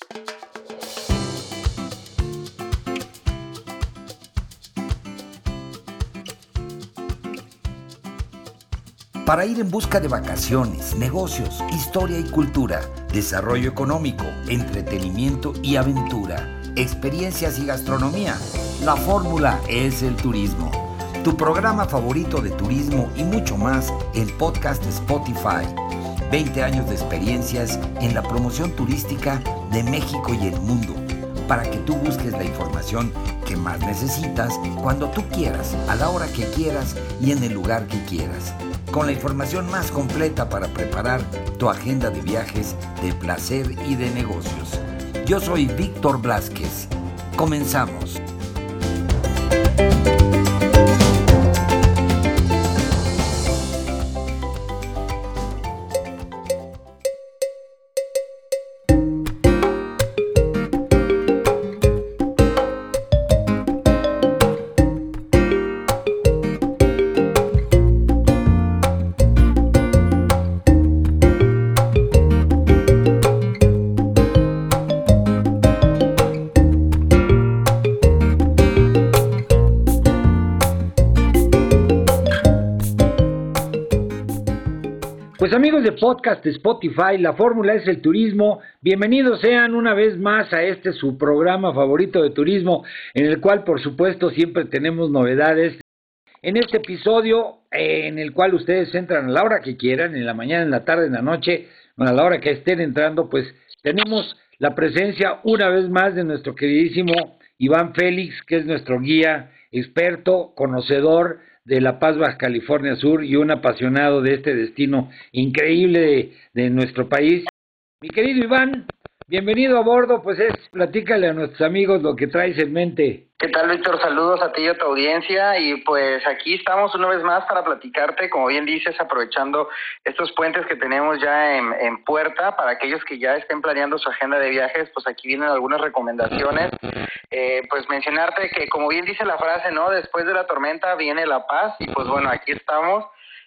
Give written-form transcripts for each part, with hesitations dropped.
Para ir en busca de vacaciones, negocios, historia y cultura, desarrollo económico, entretenimiento y aventura, experiencias y gastronomía, la fórmula es el turismo. Tu programa favorito de turismo y mucho más en Podcast Spotify. 20 años de experiencias en la promoción turística de México y el mundo, para que tú busques la información que más necesitas cuando tú quieras, a la hora que quieras y en el lugar que quieras, con la información más completa para preparar tu agenda de viajes, de placer y de negocios. Yo soy Víctor Blázquez. Comenzamos. Pues amigos de Podcast Spotify, la fórmula es el turismo. Bienvenidos sean una vez más a su programa favorito de turismo, en el cual por supuesto siempre tenemos novedades. En este episodio, en el cual ustedes entran a la hora que quieran, en la mañana, en la tarde, en la noche, a la hora que estén entrando, pues tenemos la presencia una vez más de nuestro queridísimo Iván Félix, que es nuestro guía, experto, conocedor de La Paz, Baja California Sur y un apasionado de este destino increíble de nuestro país. Mi querido Iván, bienvenido a bordo, platícale a nuestros amigos lo que traes en mente. ¿Qué tal, Víctor? Saludos a ti y a tu audiencia, y pues aquí estamos una vez más para platicarte, como bien dices, aprovechando estos puentes que tenemos ya en puerta. Para aquellos que ya estén planeando su agenda de viajes, pues aquí vienen algunas recomendaciones. Pues mencionarte que, como bien dice la frase, ¿no? Después de la tormenta viene la paz, y pues bueno, aquí estamos.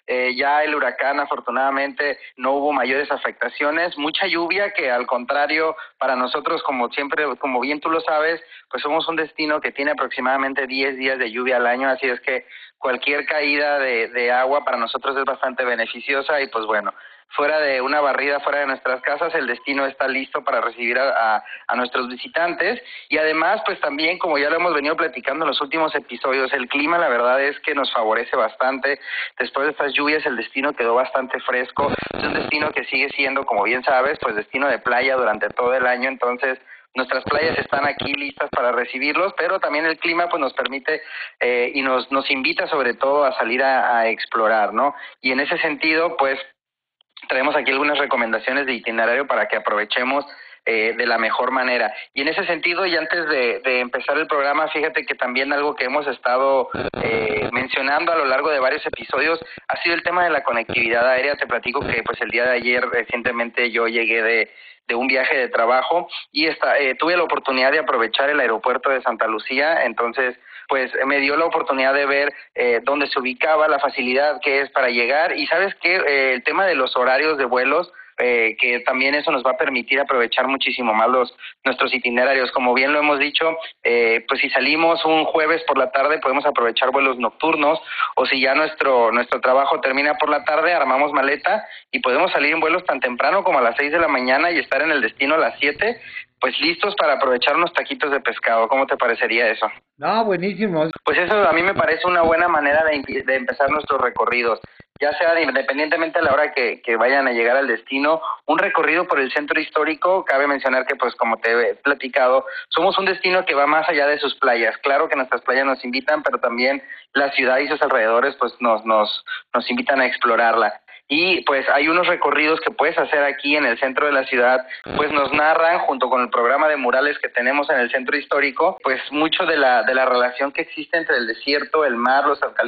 Ya el huracán, afortunadamente, no hubo mayores afectaciones, mucha lluvia, que al contrario, para nosotros, como siempre, como bien tú lo sabes, pues somos un destino que tiene aproximadamente 10 días de lluvia al año, así es que cualquier caída de agua para nosotros es bastante beneficiosa. Y pues bueno, fuera de una barrida fuera de nuestras casas, el destino está listo para recibir a nuestros visitantes. Y además, pues también, como ya lo hemos venido platicando en los últimos episodios, el clima, la verdad es que nos favorece bastante. Después de estas lluvias, el destino quedó bastante fresco. Es un destino que sigue siendo, como bien sabes, pues destino de playa durante todo el año. Entonces, nuestras playas están aquí listas para recibirlos, pero también el clima pues nos permite y nos invita sobre todo a salir a explorar, ¿no? Y en ese sentido, pues traemos aquí algunas recomendaciones de itinerario para que aprovechemos de la mejor manera. Y en ese sentido, y antes de empezar el programa, fíjate que también algo que hemos estado mencionando a lo largo de varios episodios ha sido el tema de la conectividad aérea. Te platico que pues el día de ayer recientemente yo llegué de un viaje de trabajo y tuve la oportunidad de aprovechar el aeropuerto de Santa Lucía. Entonces pues me dio la oportunidad de ver dónde se ubicaba, la facilidad que es para llegar, y sabes que el tema de los horarios de vuelos, que también eso nos va a permitir aprovechar muchísimo más nuestros itinerarios. Como bien lo hemos dicho, pues si salimos un jueves por la tarde podemos aprovechar vuelos nocturnos, o si ya nuestro trabajo termina por la tarde, armamos maleta y podemos salir en vuelos tan temprano como a las 6 de la mañana y estar en el destino a las 7, pues listos para aprovechar unos taquitos de pescado. ¿Cómo te parecería eso? No, buenísimo. Pues eso a mí me parece una buena manera de empezar nuestros recorridos, ya sea independientemente a la hora que vayan a llegar al destino. Un recorrido por el centro histórico. Cabe mencionar que, pues como te he platicado, somos un destino que va más allá de sus playas. Claro que nuestras playas nos invitan, pero también la ciudad y sus alrededores pues nos invitan a explorarla. Y pues hay unos recorridos que puedes hacer aquí en el centro de la ciudad, pues nos narran, junto con el programa de murales que tenemos en el centro histórico, pues mucho de la relación que existe entre el desierto, el mar,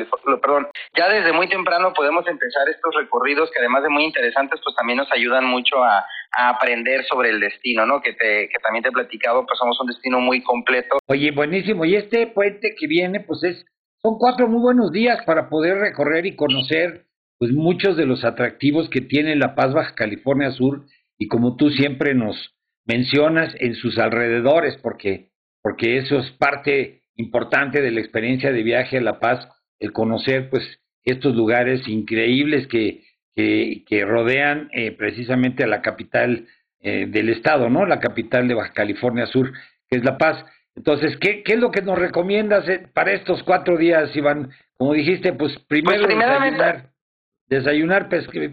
ya desde muy temprano podemos empezar estos recorridos que, además de muy interesantes, pues también nos ayudan mucho a aprender sobre el destino, ¿no? Que también te he platicado, pues somos un destino muy completo. Oye, buenísimo. Y este puente que viene, pues son 4 muy buenos días para poder recorrer y conocer pues muchos de los atractivos que tiene La Paz, Baja California Sur, y como tú siempre nos mencionas en sus alrededores, porque eso es parte importante de la experiencia de viaje a La Paz, el conocer pues estos lugares increíbles que rodean precisamente a la capital del estado, ¿no? La capital de Baja California Sur, que es La Paz. Entonces, ¿qué es lo que nos recomiendas para estos 4 días, Iván? Como dijiste, pues Pues primero primeramente, desayunar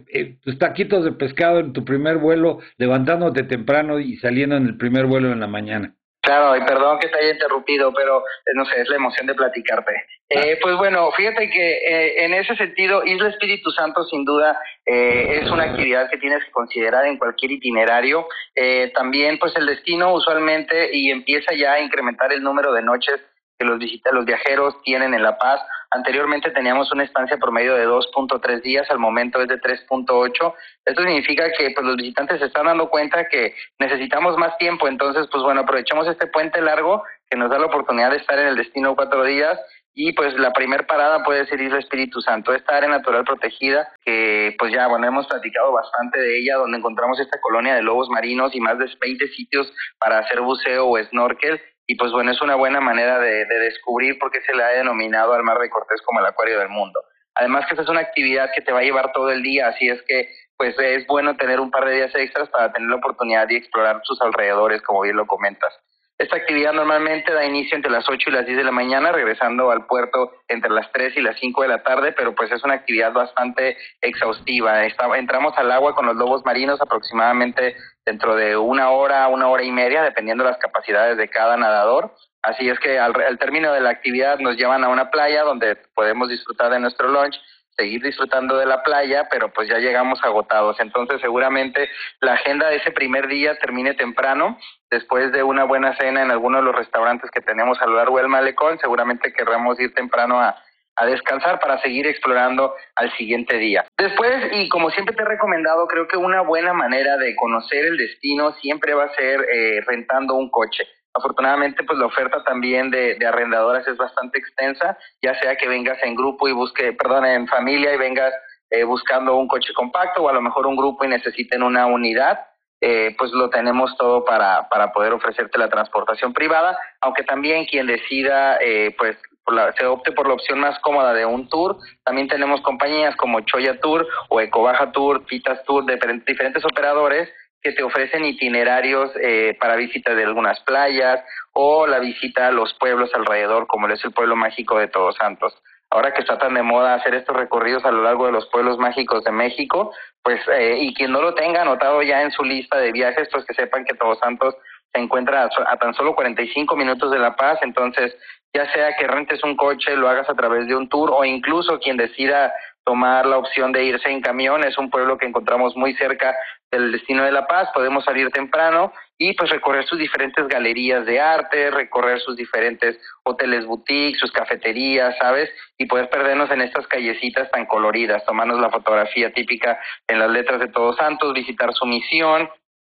tus taquitos de pescado en tu primer vuelo, levantándote temprano y saliendo en el primer vuelo en la mañana. claro, y perdón que te haya interrumpido, pero no sé, es la emoción de platicarte. Pues bueno, fíjate que en ese sentido, Isla Espíritu Santo sin duda es una actividad que tienes que considerar en cualquier itinerario. También pues el destino usualmente y empieza ya a incrementar el número de noches que los viajeros tienen en La Paz. Anteriormente teníamos una estancia promedio de 2.3 días, al momento es de 3.8. Esto significa que pues los visitantes se están dando cuenta que necesitamos más tiempo, entonces pues bueno, aprovechemos este puente largo que nos da la oportunidad de estar en el destino 4 días. Y pues la primer parada puede ser Isla Espíritu Santo, esta área natural protegida que pues ya bueno, hemos platicado bastante de ella, donde encontramos esta colonia de lobos marinos y más de 20 sitios para hacer buceo o snorkel. Y pues bueno, es una buena manera de descubrir por qué se le ha denominado al Mar de Cortés como el acuario del mundo. Además que esta es una actividad que te va a llevar todo el día, así es que pues es bueno tener un par de días extras para tener la oportunidad de explorar sus alrededores, como bien lo comentas. Esta actividad normalmente da inicio entre las 8 y las 10 de la mañana, regresando al puerto entre las 3 y las 5 de la tarde, pero pues es una actividad bastante exhaustiva. Entramos al agua con los lobos marinos aproximadamente dentro de una hora y media, dependiendo de las capacidades de cada nadador. Así es que al término de la actividad nos llevan a una playa donde podemos disfrutar de nuestro lunch, seguir disfrutando de la playa, pero pues ya llegamos agotados. Entonces seguramente la agenda de ese primer día termine temprano, después de una buena cena en alguno de los restaurantes que tenemos a lo largo del malecón. Seguramente querramos ir temprano a descansar para seguir explorando al siguiente día. Después, y como siempre te he recomendado, creo que una buena manera de conocer el destino siempre va a ser rentando un coche. Afortunadamente, pues la oferta también de arrendadoras es bastante extensa, ya sea que vengas en grupo y en familia y vengas buscando un coche compacto, o a lo mejor un grupo y necesiten una unidad. Pues lo tenemos todo para poder ofrecerte la transportación privada, aunque también quien decida pues se opte por la opción más cómoda de un tour. También tenemos compañías como Choya Tour o Ecobaja Tour, Pitas Tour, de diferentes operadores que te ofrecen itinerarios para visita de algunas playas o la visita a los pueblos alrededor, como es el pueblo mágico de Todos Santos. Ahora que está tan de moda hacer estos recorridos a lo largo de los pueblos mágicos de México, pues y quien no lo tenga anotado ya en su lista de viajes, pues que sepan que Todos Santos se encuentra a tan solo 45 minutos de La Paz. Entonces ya sea que rentes un coche, lo hagas a través de un tour, o incluso quien decida tomar la opción de irse en camión, es un pueblo que encontramos muy cerca del destino de La Paz. Podemos salir temprano y pues recorrer sus diferentes galerías de arte, recorrer sus diferentes hoteles boutique, sus cafeterías, ¿sabes? Y poder perdernos en estas callecitas tan coloridas, tomarnos la fotografía típica en las letras de Todos Santos, visitar su misión.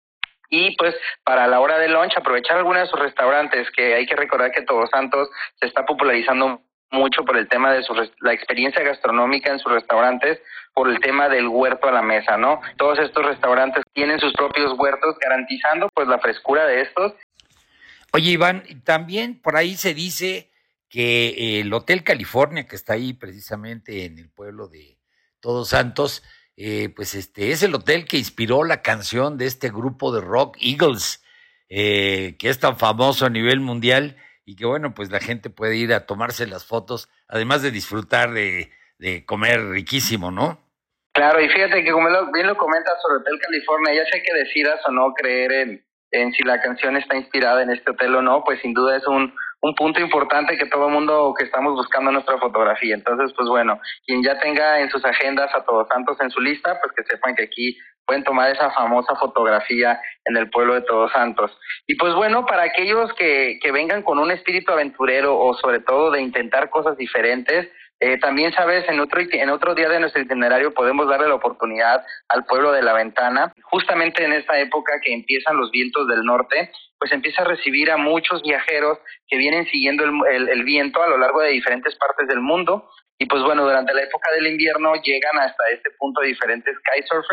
Y pues para la hora de lunch aprovechar algunos de sus restaurantes, que hay que recordar que Todos Santos se está popularizando mucho por el tema de la experiencia gastronómica en sus restaurantes, por el tema del huerto a la mesa, ¿no? Todos estos restaurantes tienen sus propios huertos, garantizando pues la frescura de estos. Oye, Iván, también por ahí se dice que el Hotel California, que está ahí precisamente en el pueblo de Todos Santos, pues es el hotel que inspiró la canción de este grupo de rock Eagles, que es tan famoso a nivel mundial y que bueno, pues la gente puede ir a tomarse las fotos, además de disfrutar de comer riquísimo, ¿no? Claro, y fíjate que como bien lo comentas sobre Hotel California, ya sea que decidas o no creer en si la canción está inspirada en este hotel o no, pues sin duda es un punto importante que todo el mundo que estamos buscando nuestra fotografía. Entonces, pues bueno, quien ya tenga en sus agendas a Todos Santos en su lista, pues que sepan que aquí pueden tomar esa famosa fotografía en el pueblo de Todos Santos. Y pues bueno, para aquellos que vengan con un espíritu aventurero o sobre todo de intentar cosas diferentes, también sabes, en otro día de nuestro itinerario podemos darle la oportunidad al pueblo de La Ventana. Justamente en esta época que empiezan los vientos del norte, pues empieza a recibir a muchos viajeros que vienen siguiendo el viento a lo largo de diferentes partes del mundo. Y pues bueno, durante la época del invierno llegan hasta este punto diferentes kitesurfers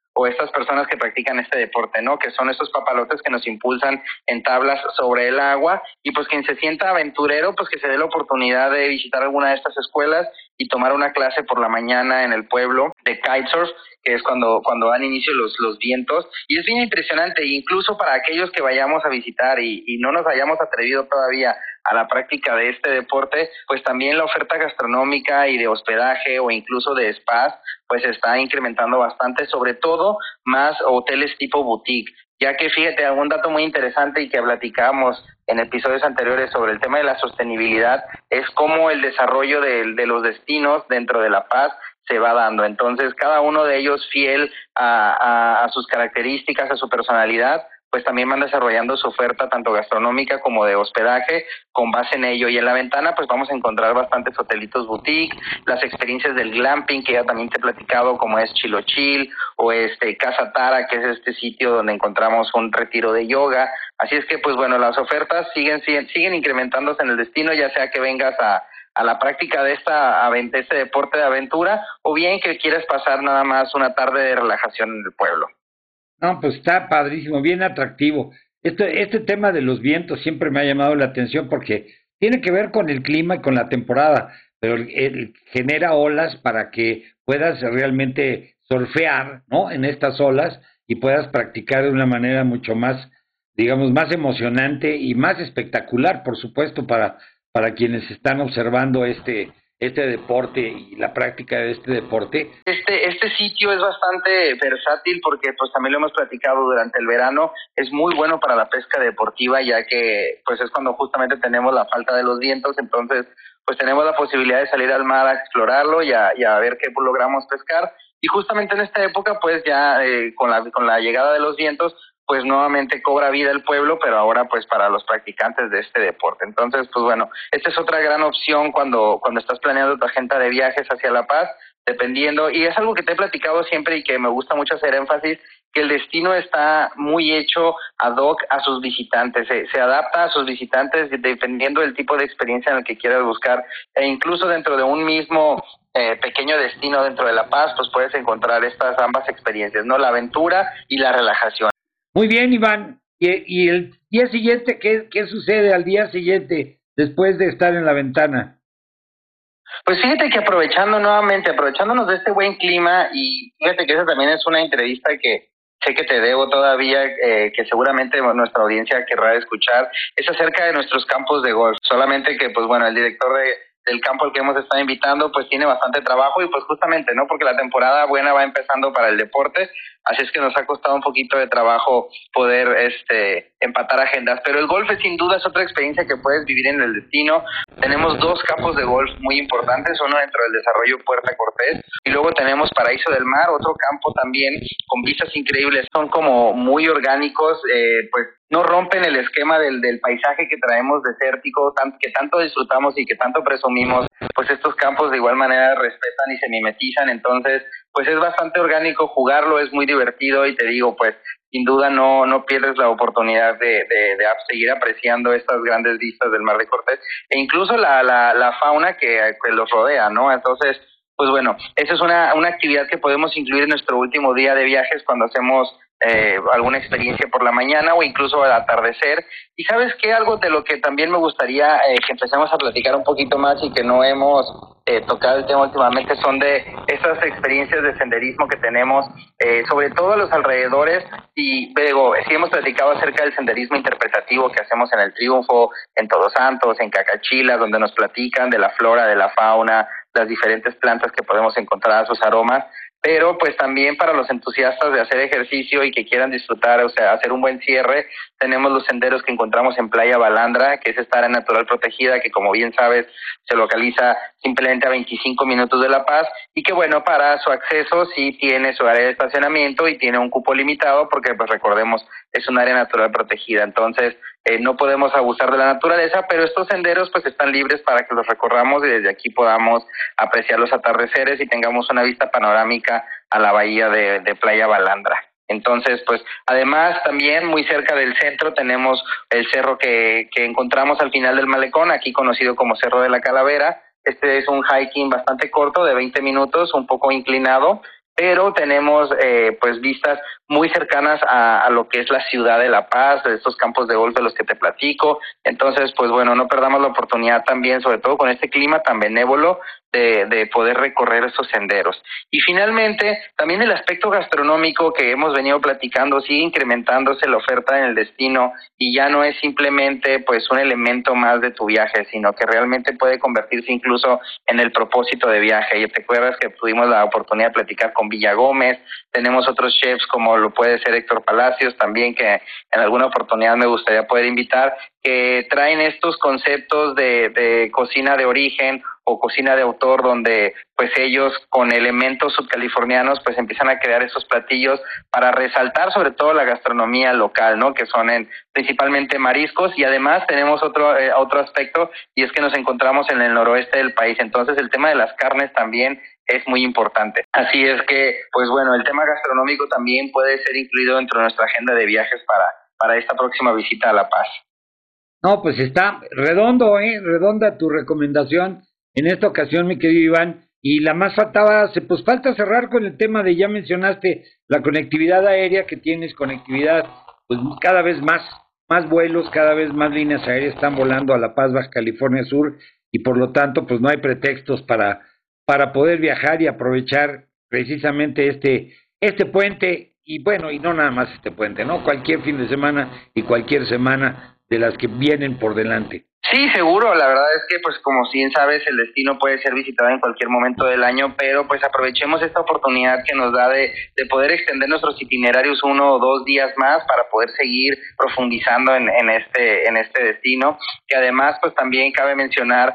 o estas personas que practican este deporte, ¿no? Que son esos papalotes que nos impulsan en tablas sobre el agua, y pues quien se sienta aventurero, pues que se dé la oportunidad de visitar alguna de estas escuelas y tomar una clase por la mañana en el pueblo de kitesurf, que es cuando dan inicio los vientos, y es bien impresionante, incluso para aquellos que vayamos a visitar y no nos hayamos atrevido todavía a la práctica de este deporte, pues también la oferta gastronómica y de hospedaje o incluso de spas, pues se está incrementando bastante, sobre todo más hoteles tipo boutique, ya que fíjate, algún dato muy interesante y que platicamos en episodios anteriores sobre el tema de la sostenibilidad, es cómo el desarrollo de los destinos dentro de La Paz se va dando. Entonces, cada uno de ellos fiel a sus características, a su personalidad, pues también van desarrollando su oferta tanto gastronómica como de hospedaje con base en ello. Y en La Ventana pues vamos a encontrar bastantes hotelitos boutique, las experiencias del glamping que ya también te he platicado, como es Chilochil o Casa Tara, que es este sitio donde encontramos un retiro de yoga. Así es que pues bueno, las ofertas siguen incrementándose en el destino, ya sea que vengas a la práctica de este deporte de aventura, o bien que quieras pasar nada más una tarde de relajación en el pueblo. No, pues está padrísimo, bien atractivo. Este tema de los vientos siempre me ha llamado la atención porque tiene que ver con el clima y con la temporada, pero genera olas para que puedas realmente surfear, ¿no? En estas olas y puedas practicar de una manera mucho más, digamos, más emocionante y más espectacular, por supuesto, para quienes están observando este deporte y la práctica de este deporte. Este sitio es bastante versátil porque pues también lo hemos platicado durante el verano, es muy bueno para la pesca deportiva, ya que pues es cuando justamente tenemos la falta de los vientos, entonces pues tenemos la posibilidad de salir al mar a explorarlo y a ver qué logramos pescar, y justamente en esta época pues ya con la llegada de los vientos pues nuevamente cobra vida el pueblo, pero ahora pues para los practicantes de este deporte. Entonces, pues bueno, esta es otra gran opción cuando estás planeando tu agenda de viajes hacia La Paz, dependiendo, y es algo que te he platicado siempre y que me gusta mucho hacer énfasis, que el destino está muy hecho ad hoc a sus visitantes, se adapta a sus visitantes dependiendo del tipo de experiencia en el que quieras buscar, e incluso dentro de un mismo pequeño destino dentro de La Paz, pues puedes encontrar estas ambas experiencias, ¿no? La aventura y la relajación. Muy bien, Iván. ¿Y el día siguiente, qué sucede al día siguiente después de estar en La Ventana? Pues fíjate que aprovechándonos de este buen clima, y fíjate que esa también es una entrevista que sé que te debo todavía, que seguramente nuestra audiencia querrá escuchar, es acerca de nuestros campos de golf. Solamente que, pues bueno, el director del campo al que hemos estado invitando, pues tiene bastante trabajo, y pues justamente, ¿no? Porque la temporada buena va empezando para el deporte, así es que nos ha costado un poquito de trabajo poder empatar agendas, pero el golf sin duda es otra experiencia que puedes vivir en el destino. Tenemos 2 campos de golf muy importantes, uno dentro del desarrollo Puerta Cortés, y luego tenemos Paraíso del Mar, otro campo también con vistas increíbles, son como muy orgánicos, pues no rompen el esquema del paisaje que traemos desértico, que tanto disfrutamos y que tanto presumimos. Pues estos campos de igual manera respetan y se mimetizan, entonces pues es bastante orgánico jugarlo, es muy divertido, y te digo, pues sin duda no pierdes la oportunidad de seguir apreciando estas grandes vistas del Mar de Cortés e incluso la fauna que los rodea, ¿no? Entonces, pues bueno, esa es una actividad que podemos incluir en nuestro último día de viajes cuando hacemos alguna experiencia por la mañana o incluso al atardecer. Y ¿sabes qué? Algo de lo que también me gustaría que empecemos a platicar un poquito más y que no hemos tocado el tema últimamente son de esas experiencias de senderismo que tenemos, sobre todo a los alrededores. Y luego, sí hemos platicado acerca del senderismo interpretativo que hacemos en el Triunfo, en Todos Santos, en Cacachila, donde nos platican de la flora, de la fauna, las diferentes plantas que podemos encontrar, sus aromas, pero pues también para los entusiastas de hacer ejercicio y que quieran disfrutar, o sea, hacer un buen cierre, tenemos los senderos que encontramos en Playa Balandra, que es esta área natural protegida, que como bien sabes, se localiza simplemente a 25 minutos de La Paz, y que bueno, para su acceso sí tiene su área de estacionamiento y tiene un cupo limitado, porque pues recordemos, es un área natural protegida, entonces no podemos abusar de la naturaleza, pero estos senderos pues están libres para que los recorramos y desde aquí podamos apreciar los atardeceres y tengamos una vista panorámica a la bahía de Playa Balandra. Entonces, pues, además, también muy cerca del centro tenemos el cerro que encontramos al final del malecón, aquí conocido como Cerro de la Calavera. Este es un hiking bastante corto, de 20 minutos, un poco inclinado, pero tenemos pues vistas muy cercanas a lo que es la ciudad de La Paz, de estos campos de golf de los que te platico. Entonces, pues bueno, no perdamos la oportunidad también, sobre todo con este clima tan benévolo, de poder recorrer esos senderos. Y finalmente, también el aspecto gastronómico que hemos venido platicando, sigue incrementándose la oferta en el destino y ya no es simplemente pues un elemento más de tu viaje, sino que realmente puede convertirse incluso en el propósito de viaje. Y te acuerdas que tuvimos la oportunidad de platicar con Villa Gómez, tenemos otros chefs como lo puede ser Héctor Palacios también, que en alguna oportunidad me gustaría poder invitar, que traen estos conceptos de cocina de origen o cocina de autor, donde pues ellos con elementos subcalifornianos pues empiezan a crear esos platillos para resaltar sobre todo la gastronomía local, ¿no? Que son principalmente mariscos, y además tenemos otro aspecto, y es que nos encontramos en el noroeste del país, entonces el tema de las carnes también es muy importante. Así es que, pues bueno, el tema gastronómico también puede ser incluido dentro de nuestra agenda de viajes para esta próxima visita a La Paz. No, pues está redondo, redonda tu recomendación en esta ocasión, mi querido Iván. Y la más faltaba, pues falta cerrar con el tema de, ya mencionaste, la conectividad aérea, que tienes conectividad, pues cada vez más vuelos, cada vez más líneas aéreas están volando a La Paz, Baja California Sur, y por lo tanto, pues no hay pretextos para poder viajar y aprovechar precisamente este puente, y bueno, y no nada más este puente, ¿no? Cualquier fin de semana y cualquier semana de las que vienen por delante. Sí, seguro. La verdad es que, pues como bien sabes, el destino puede ser visitado en cualquier momento del año, pero pues aprovechemos esta oportunidad que nos da de poder extender nuestros itinerarios 1 o 2 días más para poder seguir profundizando en este destino, que además pues también cabe mencionar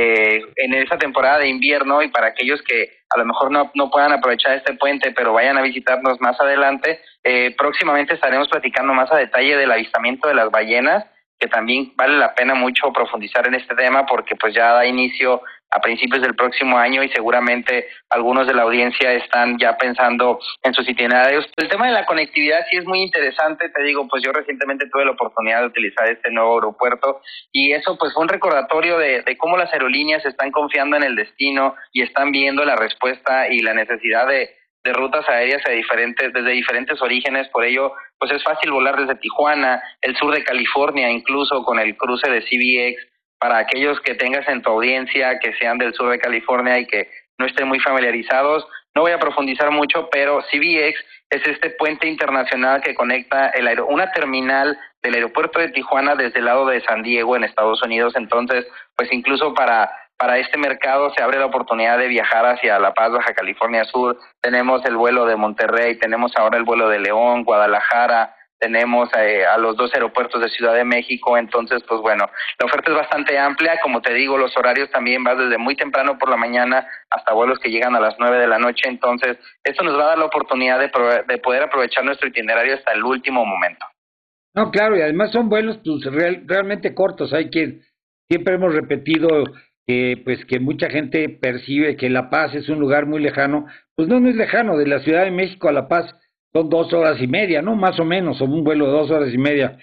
en esta temporada de invierno, y para aquellos que a lo mejor no puedan aprovechar este puente pero vayan a visitarnos más adelante, próximamente estaremos platicando más a detalle del avistamiento de las ballenas, que también vale la pena mucho profundizar en este tema, porque pues ya da inicio a principios del próximo año y seguramente algunos de la audiencia están ya pensando en sus itinerarios. El tema de la conectividad sí es muy interesante, te digo, pues yo recientemente tuve la oportunidad de utilizar este nuevo aeropuerto, y eso pues fue un recordatorio de cómo las aerolíneas están confiando en el destino y están viendo la respuesta y la necesidad de rutas aéreas desde diferentes orígenes. Por ello, pues es fácil volar desde Tijuana, el sur de California, incluso con el cruce de CBX, para aquellos que tengas en tu audiencia que sean del sur de California y que no estén muy familiarizados. No voy a profundizar mucho, pero CBX es este puente internacional que conecta una terminal del aeropuerto de Tijuana desde el lado de San Diego en Estados Unidos. Entonces, pues incluso para este mercado se abre la oportunidad de viajar hacia La Paz, Baja California Sur. Tenemos el vuelo de Monterrey, tenemos ahora el vuelo de León, Guadalajara, tenemos a los 2 aeropuertos de Ciudad de México. Entonces, pues bueno, la oferta es bastante amplia. Como te digo, los horarios también van desde muy temprano por la mañana hasta vuelos que llegan a las 9 de la noche. Entonces, esto nos va a dar la oportunidad de poder aprovechar nuestro itinerario hasta el último momento. No, claro, y además son vuelos pues, realmente cortos. Hay que, siempre hemos repetido pues que mucha gente percibe que La Paz es un lugar muy lejano. Pues no es lejano. De la Ciudad de México a La Paz son 2 horas y media, ¿no? Más o menos, o un vuelo de 2 horas y media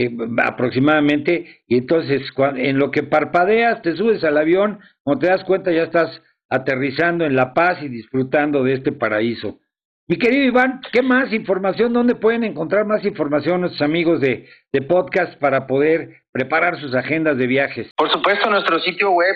aproximadamente. Y entonces, en lo que parpadeas, te subes al avión, cuando te das cuenta ya estás aterrizando en La Paz y disfrutando de este paraíso. Mi querido Iván, ¿qué más información? ¿Dónde pueden encontrar más información nuestros amigos de podcast para poder preparar sus agendas de viajes? Por supuesto, nuestro sitio web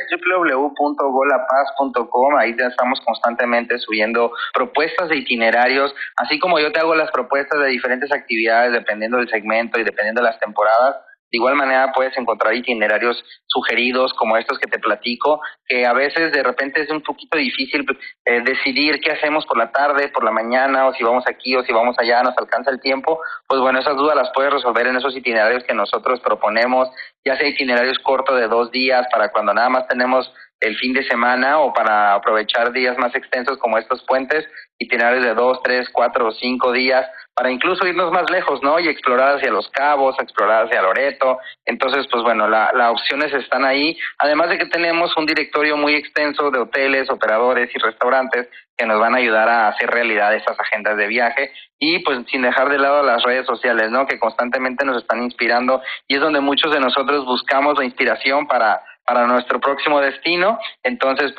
www.golapaz.com, ahí ya estamos constantemente subiendo propuestas de itinerarios, así como yo te hago las propuestas de diferentes actividades dependiendo del segmento y dependiendo de las temporadas. De igual manera puedes encontrar itinerarios sugeridos como estos que te platico, que a veces de repente es un poquito difícil decidir qué hacemos por la tarde, por la mañana, o si vamos aquí o si vamos allá, nos alcanza el tiempo. Pues bueno, esas dudas las puedes resolver en esos itinerarios que nosotros proponemos, ya sea itinerarios cortos de 2 días para cuando nada más tenemos el fin de semana, o para aprovechar días más extensos como estos puentes, itinerarios de 2, 3, 4 o 5 días, para incluso irnos más lejos, ¿no? Y explorar hacia Los Cabos, explorar hacia Loreto. Entonces, pues bueno, las opciones están ahí, además de que tenemos un directorio muy extenso de hoteles, operadores y restaurantes que nos van a ayudar a hacer realidad esas agendas de viaje, y pues sin dejar de lado las redes sociales, ¿no? Que constantemente nos están inspirando, y es donde muchos de nosotros buscamos la inspiración para nuestro próximo destino. Entonces, pues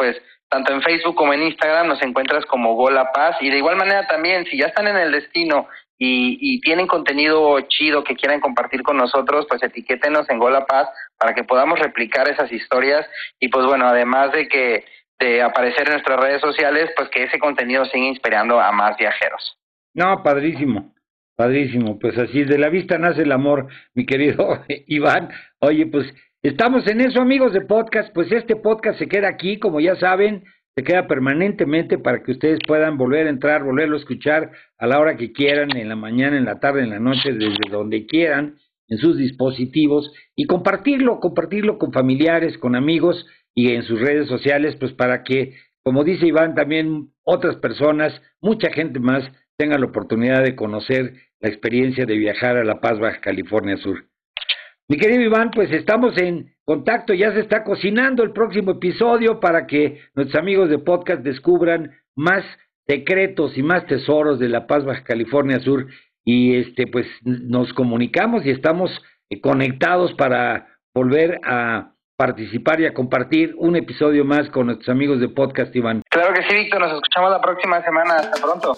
tanto en Facebook como en Instagram nos encuentras como Go La Paz, y de igual manera también, si ya están en el destino y tienen contenido chido que quieran compartir con nosotros, pues etiquétenos en Go La Paz para que podamos replicar esas historias, y pues bueno, además de aparecer en nuestras redes sociales, pues que ese contenido siga inspirando a más viajeros. No, padrísimo, padrísimo. Pues así, de la vista nace el amor, mi querido Iván. Oye, pues estamos en eso, amigos de podcast. Pues este podcast se queda aquí, como ya saben, se queda permanentemente para que ustedes puedan volver a entrar, volverlo a escuchar a la hora que quieran, en la mañana, en la tarde, en la noche, desde donde quieran, en sus dispositivos, y compartirlo con familiares, con amigos y en sus redes sociales, pues para que, como dice Iván, también otras personas, mucha gente más, tengan la oportunidad de conocer la experiencia de viajar a La Paz, Baja California Sur. Mi querido Iván, pues estamos en contacto, ya se está cocinando el próximo episodio para que nuestros amigos de podcast descubran más secretos y más tesoros de La Paz, Baja California Sur, y pues nos comunicamos y estamos conectados para volver a participar y a compartir un episodio más con nuestros amigos de podcast, Iván. Claro que sí, Víctor, nos escuchamos la próxima semana. Hasta pronto.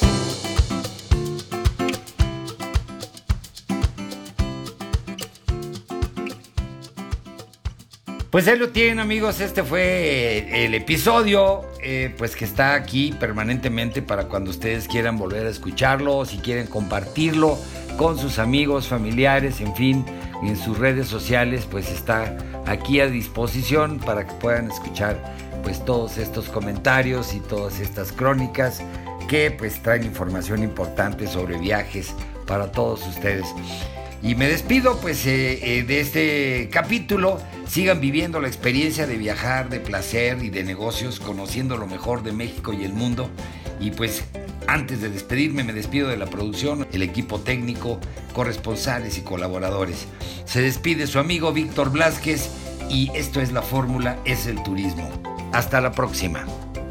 Pues ahí lo tienen, amigos, este fue el episodio, pues que está aquí permanentemente para cuando ustedes quieran volver a escucharlo, o si quieren compartirlo con sus amigos, familiares, en fin, en sus redes sociales, pues está aquí a disposición para que puedan escuchar pues todos estos comentarios y todas estas crónicas que pues traen información importante sobre viajes para todos ustedes. Y me despido pues de este capítulo. Sigan viviendo la experiencia de viajar, de placer y de negocios, conociendo lo mejor de México y el mundo. Y pues antes de despedirme, me despido de la producción, el equipo técnico, corresponsales y colaboradores. Se despide su amigo Víctor Blázquez y esto es La Fórmula, es el turismo. Hasta la próxima.